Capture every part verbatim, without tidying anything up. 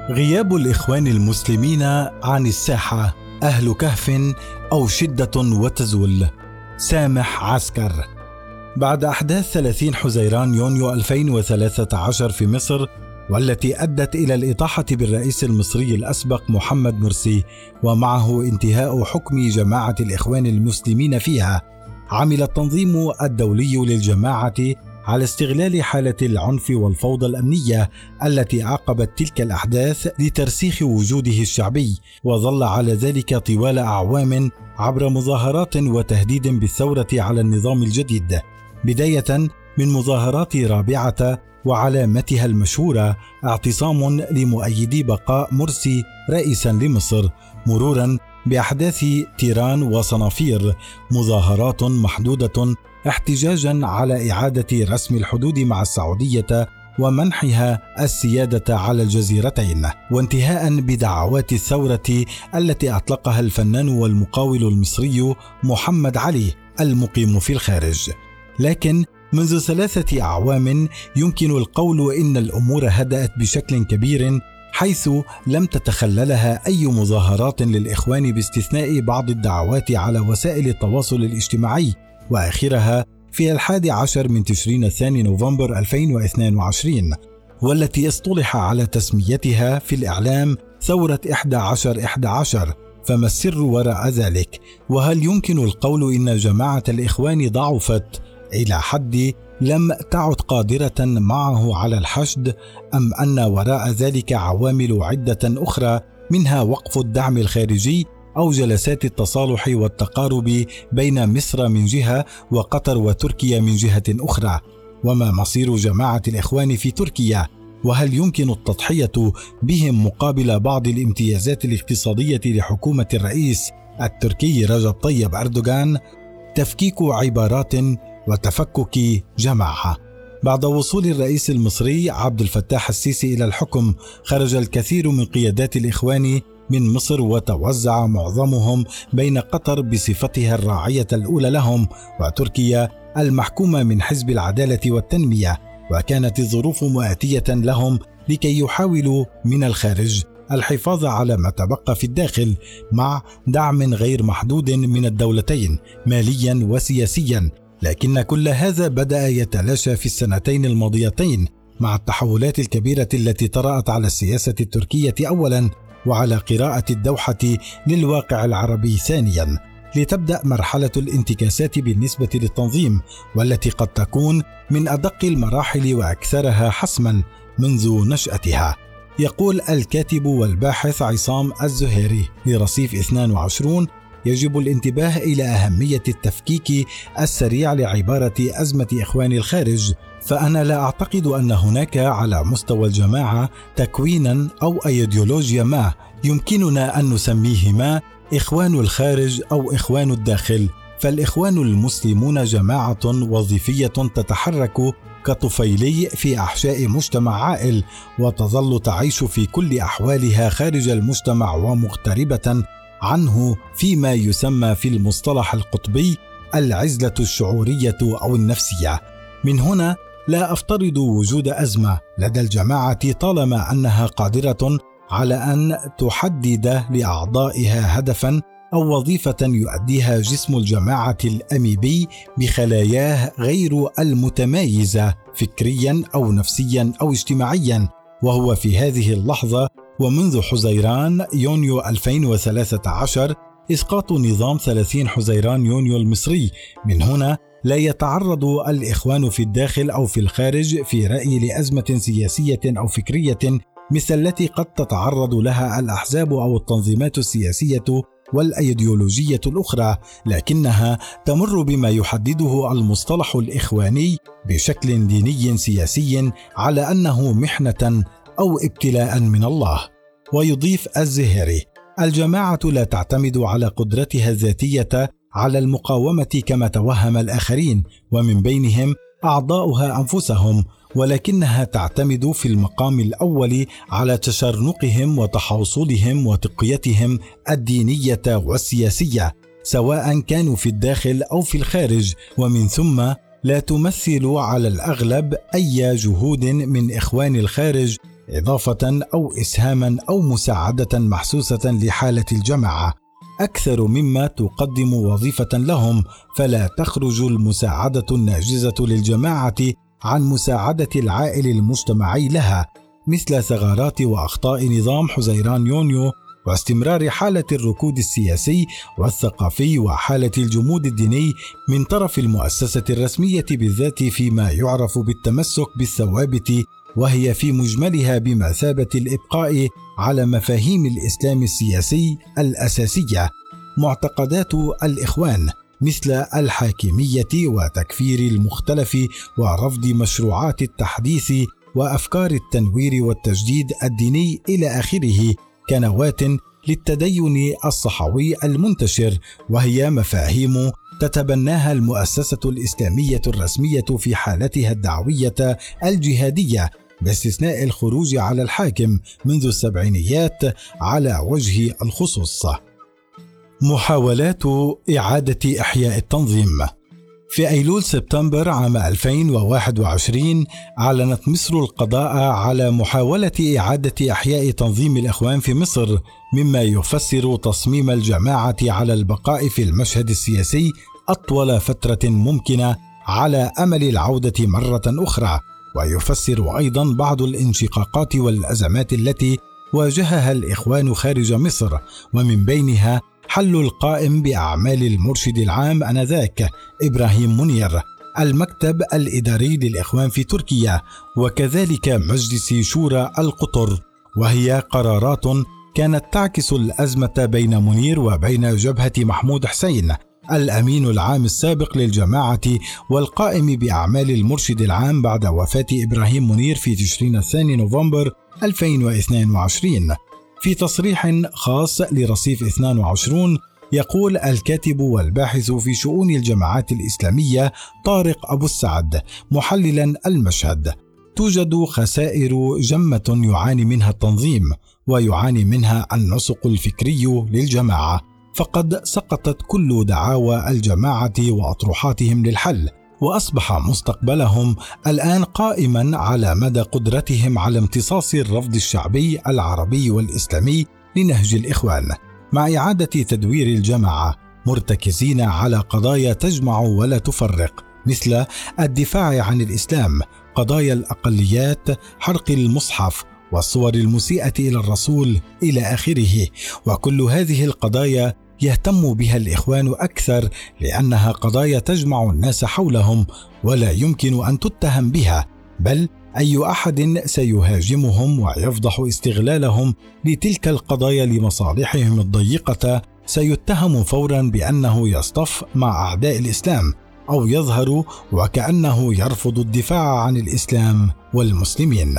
غياب الإخوان المسلمين عن الساحة، أهل كهف أو شدة وتزول. سامح عسكر. بعد أحداث ثلاثين حزيران يونيو ألفين وثلاثة عشر في مصر، والتي أدت إلى الإطاحة بالرئيس المصري الأسبق محمد مرسي ومعه انتهاء حكم جماعة الإخوان المسلمين فيها، عمل التنظيم الدولي للجماعة على استغلال حالة العنف والفوضى الأمنية التي عقبت تلك الأحداث لترسيخ وجوده الشعبي، وظل على ذلك طوال أعوام عبر مظاهرات وتهديد بالثورة على النظام الجديد، بداية من مظاهرات رابعة وعلامتها المشهورة اعتصام لمؤيدي بقاء مرسي رئيسا لمصر، مرورا بأحداث تيران وصنافير، مظاهرات محدودة احتجاجا على إعادة رسم الحدود مع السعودية ومنحها السيادة على الجزيرتين، وانتهاء بدعوات الثورة التي أطلقها الفنان والمقاول المصري محمد علي المقيم في الخارج. لكن منذ ثلاثة أعوام يمكن القول إن الأمور هدأت بشكل كبير، حيث لم تتخللها أي مظاهرات للإخوان باستثناء بعض الدعوات على وسائل التواصل الاجتماعي، وآخرها في الحادي عشر من تشرين الثاني نوفمبر ألفين واثنين وعشرين، والتي اصطلح على تسميتها في الإعلام ثورة إحدى عشر إحدى عشر. فما السر وراء ذلك؟ وهل يمكن القول إن جماعة الإخوان ضعفت إلى حد لم تعد قادرة معه على الحشد، أم أن وراء ذلك عوامل عدة أخرى، منها وقف الدعم الخارجي أو جلسات التصالح والتقارب بين مصر من جهة وقطر وتركيا من جهة أخرى؟ وما مصير جماعة الإخوان في تركيا؟ وهل يمكن التضحية بهم مقابل بعض الامتيازات الاقتصادية لحكومة الرئيس التركي رجب طيب أردوغان؟ تفكيك عبارات وتفكك جماعة. بعد وصول الرئيس المصري عبد الفتاح السيسي إلى الحكم، خرج الكثير من قيادات الإخوان من مصر، وتوزع معظمهم بين قطر بصفتها الراعية الأولى لهم وتركيا المحكومة من حزب العدالة والتنمية، وكانت الظروف مؤاتية لهم لكي يحاولوا من الخارج الحفاظ على ما تبقى في الداخل مع دعم غير محدود من الدولتين ماليا وسياسيا. لكن كل هذا بدأ يتلاشى في السنتين الماضيتين مع التحولات الكبيرة التي طرأت على السياسة التركية أولا، وعلى قراءة الدوحة للواقع العربي ثانيا، لتبدأ مرحلة الانتكاسات بالنسبة للتنظيم، والتي قد تكون من أدق المراحل وأكثرها حسما منذ نشأتها. يقول الكاتب والباحث عصام الزهيري لرصيف اثنين وعشرين: يجب الانتباه إلى أهمية التفكيك السريع لعبارة أزمة إخوان الخارج، فأنا لا أعتقد أن هناك على مستوى الجماعة تكوينا أو أيديولوجيا ما يمكننا أن نسميهما إخوان الخارج أو إخوان الداخل، فالإخوان المسلمون جماعة وظيفية تتحرك كطفيلي في أحشاء مجتمع عائل، وتظل تعيش في كل أحوالها خارج المجتمع ومغتربة عنه فيما يسمى في المصطلح القطبي العزلة الشعورية أو النفسية. من هنا لا أفترض وجود أزمة لدى الجماعة طالما أنها قادرة على أن تحدد لأعضائها هدفا أو وظيفة يؤديها جسم الجماعة الأميبي بخلاياه غير المتمايزة فكريا أو نفسيا أو اجتماعيا، وهو في هذه اللحظة ومنذ حزيران يونيو ألفين وثلاثة عشر إسقاط نظام ثلاثين حزيران يونيو المصري. من هنا لا يتعرض الإخوان في الداخل أو في الخارج في رأيي لأزمة سياسية أو فكرية مثل التي قد تتعرض لها الأحزاب أو التنظيمات السياسية والأيديولوجية الأخرى، لكنها تمر بما يحدده المصطلح الإخواني بشكل ديني سياسي على أنه محنة أو ابتلاء من الله. ويضيف الزهيري: الجماعة لا تعتمد على قدرتها الذاتية على المقاومة كما توهم الآخرين ومن بينهم أعضاؤها أنفسهم، ولكنها تعتمد في المقام الأول على تشرنقهم وتحوصلهم وتقيتهم الدينية والسياسية، سواء كانوا في الداخل أو في الخارج، ومن ثم لا تمثل على الأغلب أي جهود من إخوان الخارج إضافة أو إسهاما أو مساعدة محسوسة لحالة الجماعة أكثر مما تقدم وظيفة لهم، فلا تخرج المساعدة الناجزة للجماعة عن مساعدة العائل المجتمعي لها، مثل ثغرات وأخطاء نظام حزيران يونيو واستمرار حالة الركود السياسي والثقافي وحالة الجمود الديني من طرف المؤسسة الرسمية بالذات، فيما يعرف بالتمسك بالثوابت، وهي في مجملها بمثابة الإبقاء على مفاهيم الإسلام السياسي الأساسية. معتقدات الإخوان مثل الحاكمية وتكفير المختلف ورفض مشروعات التحديث وأفكار التنوير والتجديد الديني إلى آخره كنواة للتدين الصحوي المنتشر، وهي مفاهيم تتبناها المؤسسة الإسلامية الرسمية في حالتها الدعوية الجهادية، باستثناء الخروج على الحاكم منذ السبعينيات على وجه الخصوص. محاولات إعادة إحياء التنظيم. في أيلول سبتمبر عام ألفين وواحد وعشرين أعلنت مصر القضاء على محاولة إعادة إحياء تنظيم الإخوان في مصر، مما يفسر تصميم الجماعة على البقاء في المشهد السياسي أطول فترة ممكنة على أمل العودة مرة أخرى، ويفسر أيضا بعض الانشقاقات والأزمات التي واجهها الإخوان خارج مصر، ومن بينها حل القائم بأعمال المرشد العام آنذاك إبراهيم منير، المكتب الإداري للإخوان في تركيا، وكذلك مجلس شورى القطر، وهي قرارات كانت تعكس الأزمة بين منير وبين جبهة محمود حسين الأمين العام السابق للجماعة والقائم بأعمال المرشد العام بعد وفاة إبراهيم منير في تشرين الثاني نوفمبر ألفين واثنين وعشرين. في تصريح خاص لرصيف اثنين وعشرين يقول الكاتب والباحث في شؤون الجماعات الإسلامية طارق أبو السعد محللا المشهد: توجد خسائر جمة يعاني منها التنظيم ويعاني منها النسق الفكري للجماعة، فقد سقطت كل دعاوى الجماعة وأطروحاتهم للحل، وأصبح مستقبلهم الآن قائما على مدى قدرتهم على امتصاص الرفض الشعبي العربي والإسلامي لنهج الإخوان، مع إعادة تدوير الجماعة مرتكزين على قضايا تجمع ولا تفرق، مثل الدفاع عن الإسلام، قضايا الأقليات، حرق المصحف والصور المسيئة إلى الرسول إلى آخره. وكل هذه القضايا يهتم بها الإخوان أكثر لأنها قضايا تجمع الناس حولهم ولا يمكن أن تتهم بها، بل أي أحد سيهاجمهم ويفضح استغلالهم لتلك القضايا لمصالحهم الضيقة سيتهم فورا بأنه يصطف مع أعداء الإسلام، أو يظهر وكأنه يرفض الدفاع عن الإسلام والمسلمين.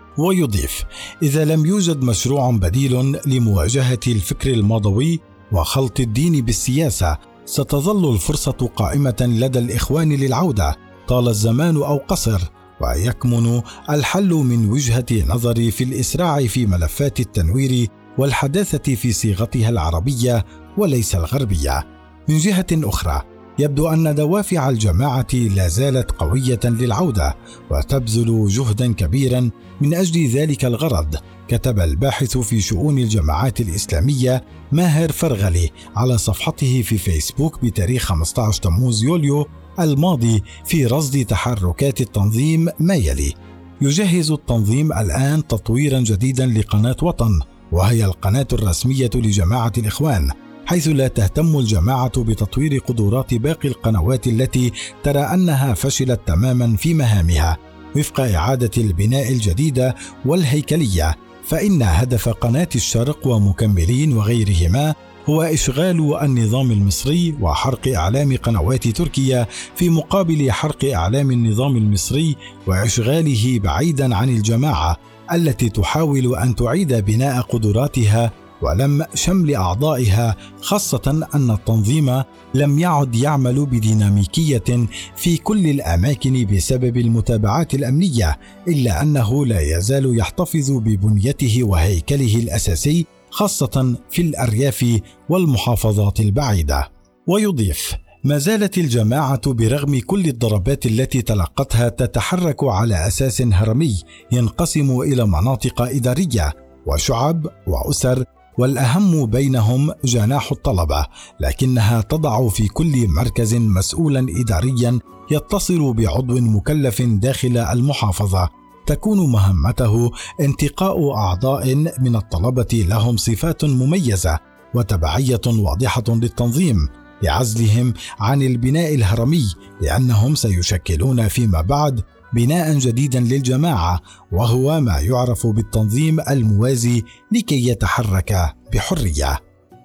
ويضيف: إذا لم يوجد مشروع بديل لمواجهة الفكر الماضوي وخلط الدين بالسياسة، ستظل الفرصة قائمة لدى الإخوان للعودة طال الزمان أو قصر، ويكمن الحل من وجهة نظري في الإسراع في ملفات التنوير والحداثة في صيغتها العربية وليس الغربية. من جهة أخرى، يبدو أن دوافع الجماعة لا زالت قوية للعودة وتبذل جهدا كبيرا من أجل ذلك الغرض، كتب الباحث في شؤون الجماعات الإسلامية ماهر فرغلي على صفحته في فيسبوك بتاريخ خمسة عشر تموز يوليو الماضي في رصد تحركات التنظيم ما يلي: يجهز التنظيم الآن تطويرا جديدا لقناة وطن، وهي القناة الرسمية لجماعة الإخوان، حيث لا تهتم الجماعة بتطوير قدرات باقي القنوات التي ترى أنها فشلت تماما في مهامها وفق إعادة البناء الجديدة والهيكلية، فإن هدف قناة الشرق ومكملين وغيرهما هو إشغال النظام المصري وحرق أعلام قنوات تركيا في مقابل حرق أعلام النظام المصري وإشغاله بعيدا عن الجماعة التي تحاول أن تعيد بناء قدراتها ولم شمل أعضائها، خاصة أن التنظيم لم يعد يعمل بديناميكية في كل الأماكن بسبب المتابعات الأمنية، إلا أنه لا يزال يحتفظ ببنيته وهيكله الأساسي، خاصة في الأرياف والمحافظات البعيدة. ويضيف: ما زالت الجماعة برغم كل الضربات التي تلقتها تتحرك على أساس هرمي ينقسم إلى مناطق إدارية وشعب وأسر، والأهم بينهم جناح الطلبة، لكنها تضع في كل مركز مسؤولا إداريا يتصل بعضو مكلف داخل المحافظة، تكون مهمته انتقاء أعضاء من الطلبة لهم صفات مميزة وتبعية واضحة للتنظيم، لعزلهم عن البناء الهرمي، لأنهم سيشكلون فيما بعد بناء جديدا للجماعة، وهو ما يعرف بالتنظيم الموازي لكي يتحرك بحرية.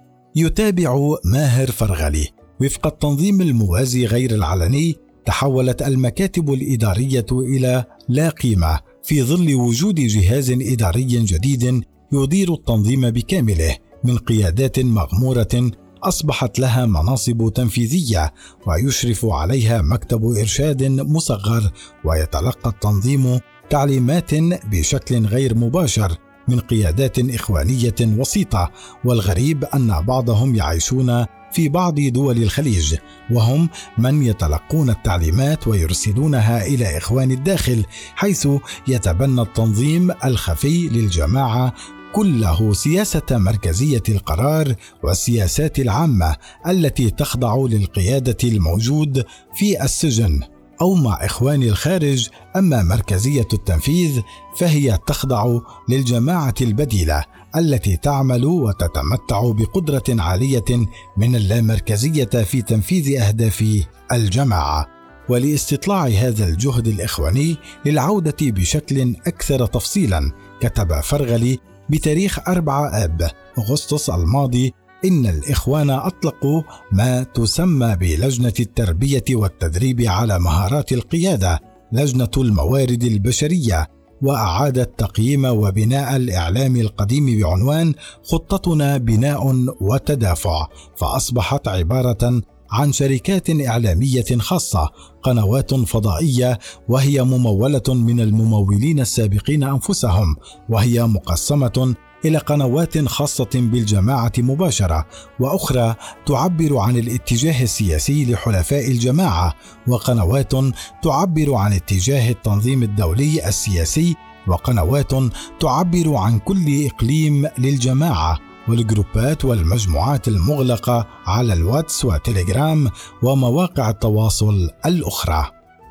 يتابع ماهر فرغلي: وفق التنظيم الموازي غير العلني، تحولت المكاتب الإدارية إلى لا قيمة في ظل وجود جهاز إداري جديد يدير التنظيم بكامله من قيادات مغمورة أصبحت لها مناصب تنفيذية ويشرف عليها مكتب إرشاد مصغر، ويتلقى التنظيم تعليمات بشكل غير مباشر من قيادات إخوانية وسيطة. والغريب أن بعضهم يعيشون في بعض دول الخليج، وهم من يتلقون التعليمات ويرسلونها إلى إخوان الداخل، حيث يتبنى التنظيم الخفي للجماعة كله سياسة مركزية القرار والسياسات العامة التي تخضع للقيادة الموجود في السجن أو مع إخوان الخارج. أما مركزية التنفيذ فهي تخضع للجماعة البديلة التي تعمل وتتمتع بقدرة عالية من اللامركزية في تنفيذ أهداف الجماعة. ولاستطلاع هذا الجهد الإخواني للعودة بشكل أكثر تفصيلا، كتب فرغلي بتاريخ أربعة آب أغسطس الماضي إن الإخوان أطلقوا ما تسمى بلجنة التربية والتدريب على مهارات القيادة، لجنة الموارد البشرية، وأعادت تقييم وبناء الإعلام القديم بعنوان خطتنا بناء وتدافع، فأصبحت عبارة عن شركات إعلامية خاصة، قنوات فضائية وهي ممولة من الممولين السابقين أنفسهم، وهي مقسمة إلى قنوات خاصة بالجماعة مباشرة، وأخرى تعبر عن الاتجاه السياسي لحلفاء الجماعة، وقنوات تعبر عن اتجاه التنظيم الدولي السياسي، وقنوات تعبر عن كل إقليم للجماعة، والجروبات والمجموعات المغلقة على الواتس وتليجرام ومواقع التواصل الأخرى.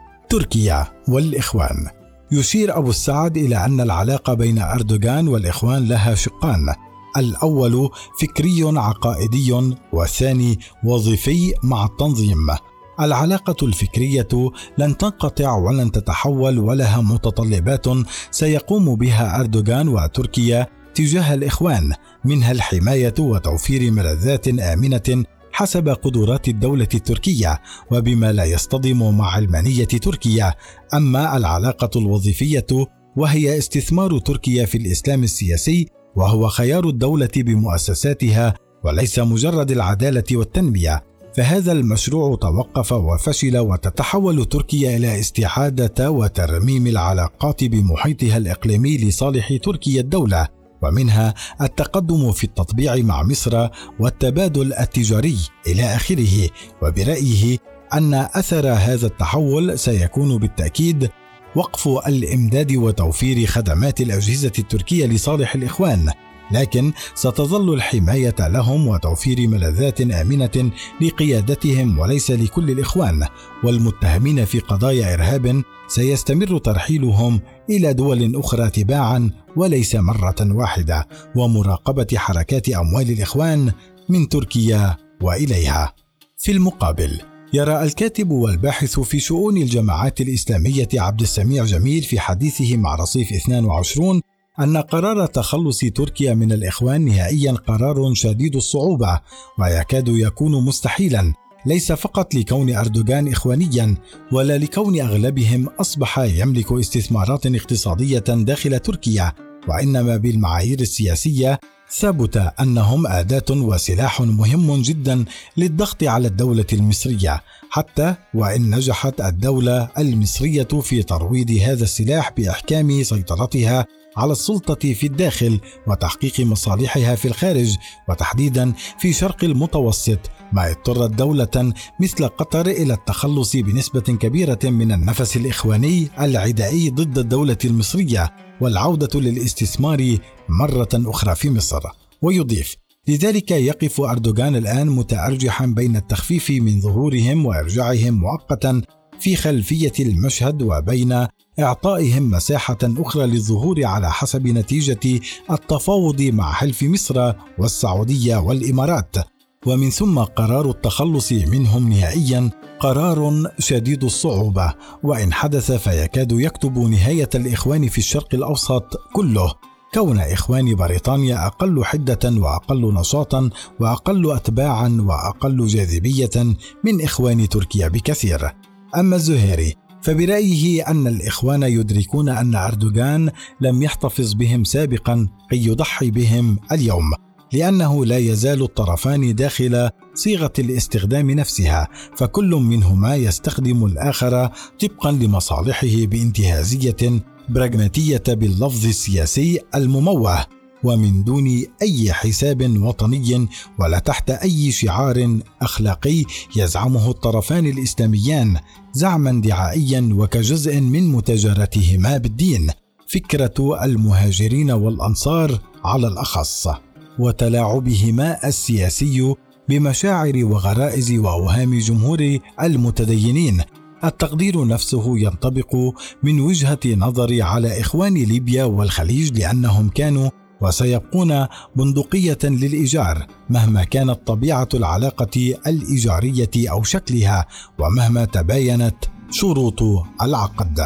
تركيا والإخوان. يشير أبو السعد إلى أن العلاقة بين أردوغان والإخوان لها شقان: الأول فكري عقائدي، والثاني وظيفي مع التنظيم. العلاقة الفكرية لن تنقطع ولن تتحول، ولها متطلبات سيقوم بها أردوغان وتركيا تجاه الإخوان، منها الحماية وتوفير ملاذات آمنة حسب قدرات الدولة التركية وبما لا يصطدم مع علمانية تركيا. أما العلاقة الوظيفية وهي استثمار تركيا في الإسلام السياسي، وهو خيار الدولة بمؤسساتها وليس مجرد العدالة والتنمية، فهذا المشروع توقف وفشل، وتتحول تركيا إلى استعادة وترميم العلاقات بمحيطها الإقليمي لصالح تركيا الدولة، ومنها التقدم في التطبيع مع مصر والتبادل التجاري إلى آخره. وبرأيه أن أثر هذا التحول سيكون بالتأكيد وقف الإمداد وتوفير خدمات الأجهزة التركية لصالح الإخوان، لكن ستظل الحماية لهم وتوفير ملاذات آمنة لقيادتهم وليس لكل الإخوان، والمتهمين في قضايا إرهاب سيستمر ترحيلهم إلى دول أخرى تباعا وليس مرة واحدة، ومراقبة حركات أموال الإخوان من تركيا وإليها. في المقابل، يرى الكاتب والباحث في شؤون الجماعات الإسلامية عبد السميع جميل في حديثه مع رصيف اثنين وعشرين أن قرار تخلص تركيا من الإخوان نهائيا قرار شديد الصعوبة، ويكاد يكون مستحيلا، ليس فقط لكون أردوغان إخوانيا، ولا لكون أغلبهم أصبح يملك استثمارات اقتصادية داخل تركيا، وإنما بالمعايير السياسية ثبت أنهم أداة وسلاح مهم جدا للضغط على الدولة المصرية، حتى وإن نجحت الدولة المصرية في ترويض هذا السلاح بإحكام سيطرتها على السلطة في الداخل وتحقيق مصالحها في الخارج، وتحديدا في شرق المتوسط، ما اضطرت دولة مثل قطر إلى التخلص بنسبة كبيرة من النفس الإخواني العدائي ضد الدولة المصرية والعودة للاستثمار مرة أخرى في مصر. ويضيف: لذلك يقف أردوغان الآن متأرجحا بين التخفيف من ظهورهم وإرجاعهم مؤقتا في خلفية المشهد وبين إعطائهم مساحة أخرى للظهور على حسب نتيجة التفاوض مع حلف مصر والسعودية والإمارات. ومن ثم قرار التخلص منهم نهائيا قرار شديد الصعوبة، وإن حدث فيكاد يكتب نهاية الإخوان في الشرق الأوسط كله، كون إخوان بريطانيا أقل حدة وأقل نشاطا وأقل أتباعا وأقل جاذبية من إخوان تركيا بكثير. أما الزهيري فبرأيه أن الإخوان يدركون أن أردوغان لم يحتفظ بهم سابقا كي يضحي بهم اليوم، لأنه لا يزال الطرفان داخل صيغة الاستخدام نفسها، فكل منهما يستخدم الآخر طبقا لمصالحه بانتهازية براغماتية باللفظ السياسي المموه، ومن دون أي حساب وطني ولا تحت أي شعار أخلاقي يزعمه الطرفان الإسلاميان زعما دعائيا وكجزء من متاجرتهما بالدين، فكرة المهاجرين والأنصار على الأخص، وتلاعبهما السياسي بمشاعر وغرائز وأوهام جمهور المتدينين. التقدير نفسه ينطبق من وجهة نظري على إخوان ليبيا والخليج، لأنهم كانوا وسيبقون بندقية للإيجار مهما كانت طبيعة العلاقة الإيجارية أو شكلها ومهما تباينت شروط العقد.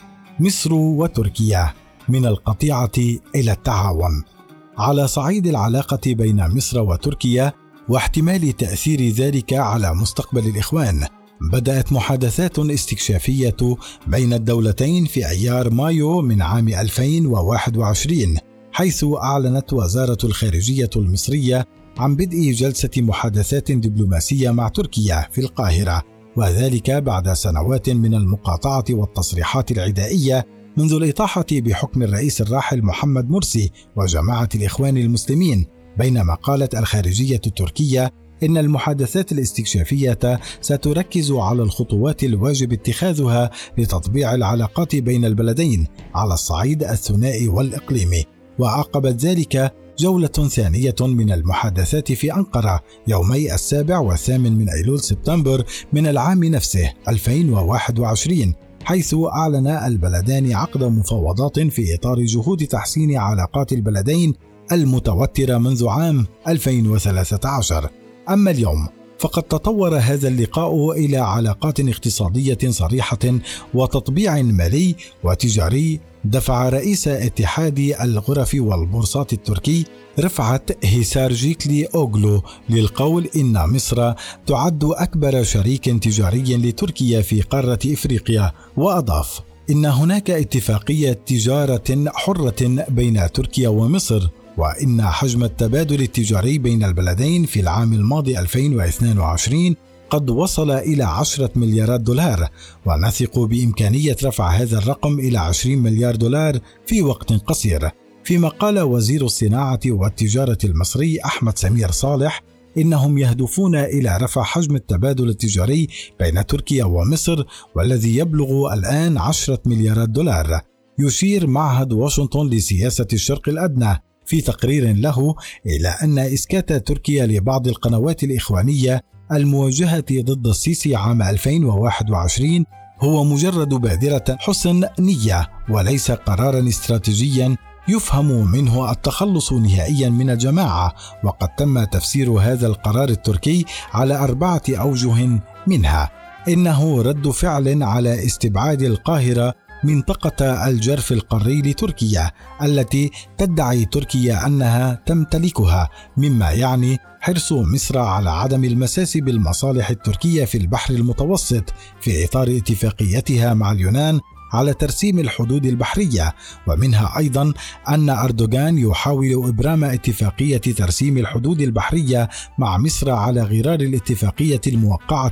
مصر وتركيا من القطيعة إلى التعاون. على صعيد العلاقة بين مصر وتركيا واحتمال تأثير ذلك على مستقبل الإخوان، بدأت محادثات استكشافية بين الدولتين في أيار مايو من عام ألفين وواحد وعشرين، حيث أعلنت وزارة الخارجية المصرية عن بدء جلسة محادثات دبلوماسية مع تركيا في القاهرة، وذلك بعد سنوات من المقاطعة والتصريحات العدائية منذ الإطاحة بحكم الرئيس الراحل محمد مرسي وجماعة الإخوان المسلمين. بينما قالت الخارجية التركية إن المحادثات الاستكشافية ستركز على الخطوات الواجب اتخاذها لتطبيع العلاقات بين البلدين على الصعيد الثنائي والإقليمي. وعقبت ذلك جولة ثانية من المحادثات في أنقرة يومي السابع والثامن من أيلول سبتمبر من العام نفسه ألفين وواحد وعشرين، حيث أعلن البلدان عقد مفاوضات في إطار جهود تحسين علاقات البلدين المتوترة منذ عام ألفين وثلاثة عشر. أما اليوم فقد تطور هذا اللقاء إلى علاقات اقتصادية صريحة وتطبيع مالي وتجاري دفع رئيس اتحاد الغرف والبورصات التركي رفعت هيسارجيكلي أوغلو للقول إن مصر تعد أكبر شريك تجاري لتركيا في قارة إفريقيا، وأضاف إن هناك اتفاقية تجارة حرة بين تركيا ومصر، وإن حجم التبادل التجاري بين البلدين في العام الماضي ألفين واثنين وعشرين قد وصل إلى عشرة مليارات دولار، ونثق بإمكانية رفع هذا الرقم إلى عشرين مليار دولار في وقت قصير. فيما قال وزير الصناعة والتجارة المصري أحمد سمير صالح إنهم يهدفون إلى رفع حجم التبادل التجاري بين تركيا ومصر والذي يبلغ الآن عشرة مليارات دولار. يشير معهد واشنطن لسياسة الشرق الأدنى في تقرير له إلى أن إسكات تركيا لبعض القنوات الإخوانية الموجهة ضد السيسي عام ألفين وواحد وعشرين هو مجرد بادرة حسن نية وليس قرارا استراتيجيا يفهم منه التخلص نهائيا من الجماعة. وقد تم تفسير هذا القرار التركي على أربعة أوجه، منها إنه رد فعل على استبعاد القاهرة منطقة الجرف القاري لتركيا التي تدعي تركيا أنها تمتلكها، مما يعني حرص مصر على عدم المساس بالمصالح التركية في البحر المتوسط في إطار اتفاقيتها مع اليونان على ترسيم الحدود البحرية. ومنها أيضا أن أردوغان يحاول إبرام اتفاقية ترسيم الحدود البحرية مع مصر على غرار الاتفاقية الموقعة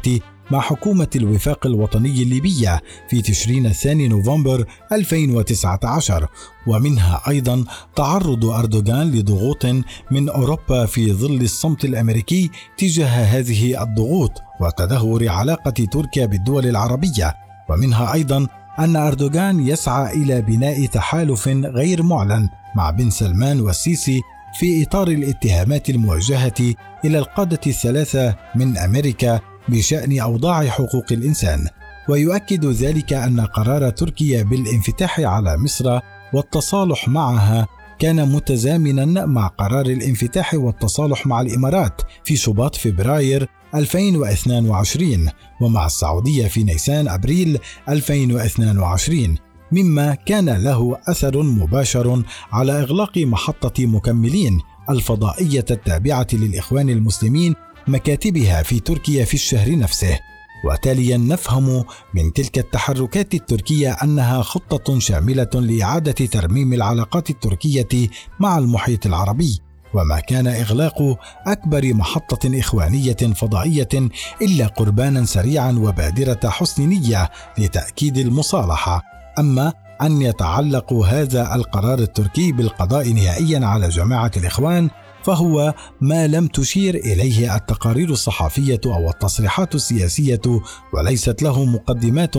مع حكومة الوفاق الوطني الليبية في تشرين الثاني نوفمبر ألفين وتسعة عشر، ومنها أيضا تعرض أردوغان لضغوط من أوروبا في ظل الصمت الأمريكي تجاه هذه الضغوط وتدهور علاقة تركيا بالدول العربية. ومنها أيضا أن أردوغان يسعى إلى بناء تحالف غير معلن مع بن سلمان والسيسي في إطار الاتهامات الموجهة إلى القادة الثلاثة من أمريكا بشأن أوضاع حقوق الإنسان. ويؤكد ذلك أن قرار تركيا بالانفتاح على مصر والتصالح معها كان متزامنا مع قرار الانفتاح والتصالح مع الإمارات في شباط فبراير ألفين واثنين وعشرين ومع السعودية في نيسان أبريل ألفين واثنين وعشرين، مما كان له أثر مباشر على إغلاق محطة مكملين الفضائية التابعة للإخوان المسلمين مكاتبها في تركيا في الشهر نفسه. وتاليا نفهم من تلك التحركات التركية أنها خطة شاملة لإعادة ترميم العلاقات التركية مع المحيط العربي، وما كان إغلاق أكبر محطة إخوانية فضائية إلا قربانا سريعا وبادرة حسن نية لتأكيد المصالحة. أما أن يتعلق هذا القرار التركي بالقضاء نهائيا على جماعة الإخوان فهو ما لم تشير إليه التقارير الصحفية أو التصريحات السياسية، وليست له مقدمات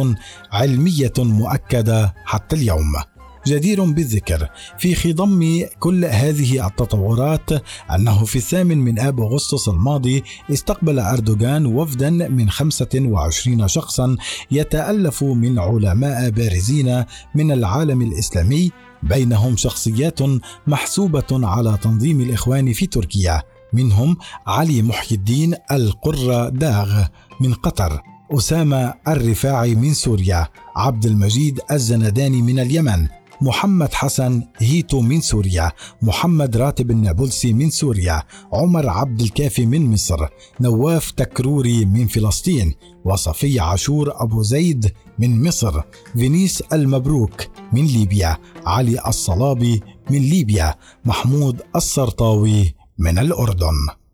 علمية مؤكدة حتى اليوم. جدير بالذكر في خضم كل هذه التطورات أنه في الثامن من آب أغسطس الماضي استقبل أردوغان وفدا من خمسة وعشرين شخصا يتألف من علماء بارزين من العالم الإسلامي، بينهم شخصيات محسوبة على تنظيم الإخوان في تركيا، منهم علي محي الدين القرة داغ من قطر، أسامة الرفاعي من سوريا، عبد المجيد الزنداني من اليمن، محمد حسن هيتو من سوريا، محمد راتب النابلسي من سوريا، عمر عبد الكافي من مصر، نواف تكروري من فلسطين، وصفي عاشور أبو زيد من مصر، فينيس المبروك من ليبيا، علي الصلابي من ليبيا، محمود السرطاوي من الأردن.